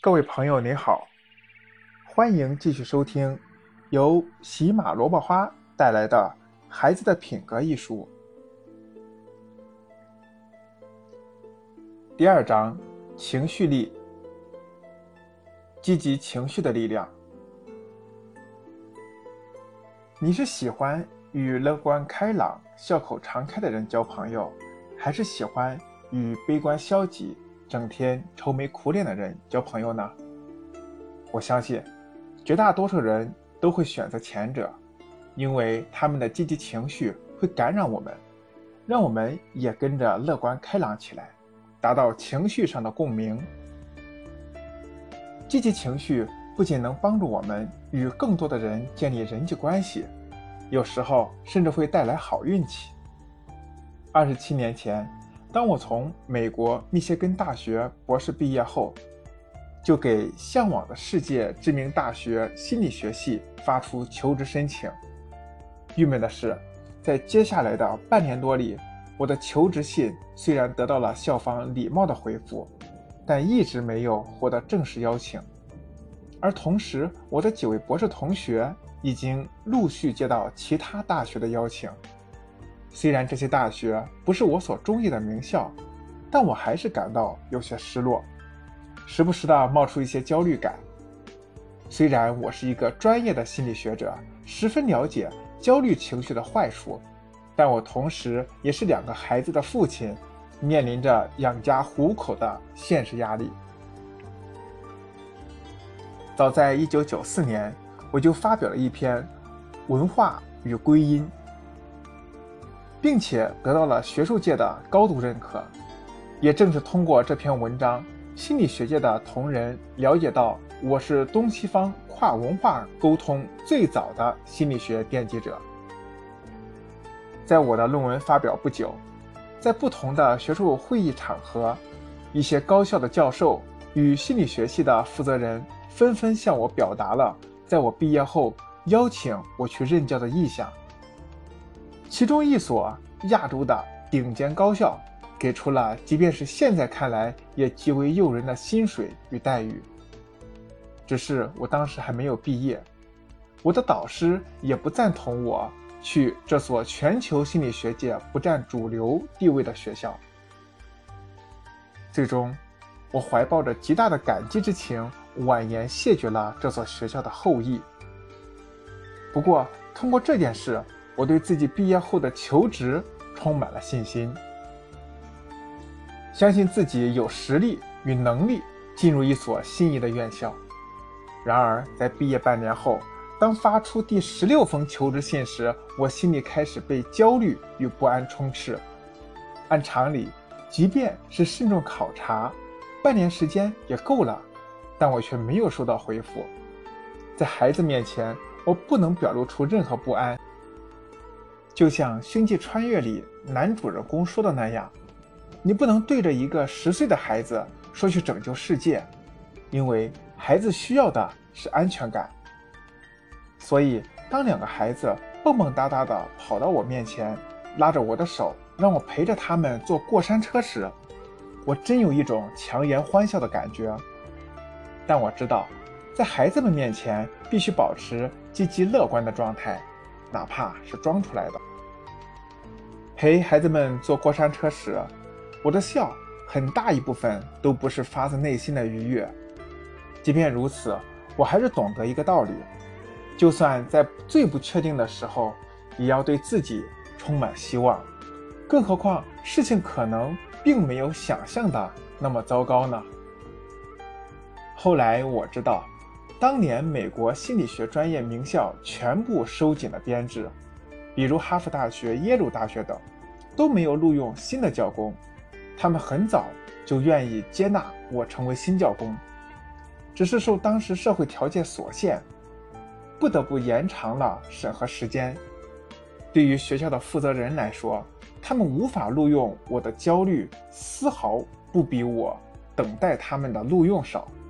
各位朋友您好，欢迎继续收听由喜马萝卜花带来的《孩子的品格》一书。第二章，情绪力，积极情绪的力量。你是喜欢与乐观开朗、笑口常开的人交朋友，还是喜欢与悲观消极、整天愁眉苦脸的人交朋友呢？我相信绝大多数人都会选择前者，因为他们的积极情绪会感染我们，让我们也跟着乐观开朗起来，达到情绪上的共鸣。积极情绪不仅能帮助我们与更多的人建立人际关系，有时候甚至会带来好运气。27年前，当我从美国密歇根大学博士毕业后，就给向往的世界知名大学心理学系发出求职申请。郁闷的是，在接下来的半年多里，我的求职信虽然得到了校方礼貌的回复，但一直没有获得正式邀请。而同时，我的几位博士同学已经陆续接到其他大学的邀请。虽然这些大学不是我所中意的名校，但我还是感到有些失落，时不时地冒出一些焦虑感。虽然我是一个专业的心理学者，十分了解焦虑情绪的坏处，但我同时也是2个孩子的父亲，面临着养家糊口的现实压力。早在1994年，我就发表了一篇《文化与归因》，并且得到了学术界的高度认可。也正是通过这篇文章，心理学界的同仁了解到我是东西方跨文化沟通最早的心理学奠基者。在我的论文发表不久，在不同的学术会议场合，一些高校的教授与心理学系的负责人纷纷向我表达了在我毕业后邀请我去任教的意向。其中一所亚洲的顶尖高校给出了即便是现在看来也极为诱人的薪水与待遇。只是我当时还没有毕业，我的导师也不赞同我去这所全球心理学界不占主流地位的学校。最终，我怀抱着极大的感激之情，婉言谢绝了这所学校的厚意。不过，通过这件事，我对自己毕业后的求职充满了信心，相信自己有实力与能力进入一所心仪的院校。然而，在毕业半年后，当发出第16封求职信时，我心里开始被焦虑与不安充斥。按常理，即便是慎重考察，半年时间也够了，但我却没有收到回复。在孩子面前，我不能表露出任何不安。就像《星际穿越》里男主人公说的那样，你不能对着一个10岁的孩子说去拯救世界，因为孩子需要的是安全感。所以当2个孩子蹦蹦哒哒地跑到我面前，拉着我的手让我陪着他们坐过山车时，我真有一种强颜欢笑的感觉。但我知道，在孩子们面前必须保持积极乐观的状态，哪怕是装出来的。陪孩子们坐过山车时，我的笑很大一部分都不是发自内心的愉悦。即便如此，我还是懂得一个道理，就算在最不确定的时候，也要对自己充满希望。更何况事情可能并没有想象的那么糟糕呢。后来我知道，当年美国心理学专业名校全部收紧了编制，比如哈佛大学、耶鲁大学等，都没有录用新的教工。他们很早就愿意接纳我成为新教工，只是受当时社会条件所限，不得不延长了审核时间。对于学校的负责人来说，他们无法录用我的焦虑丝毫不比我等待他们的录用少。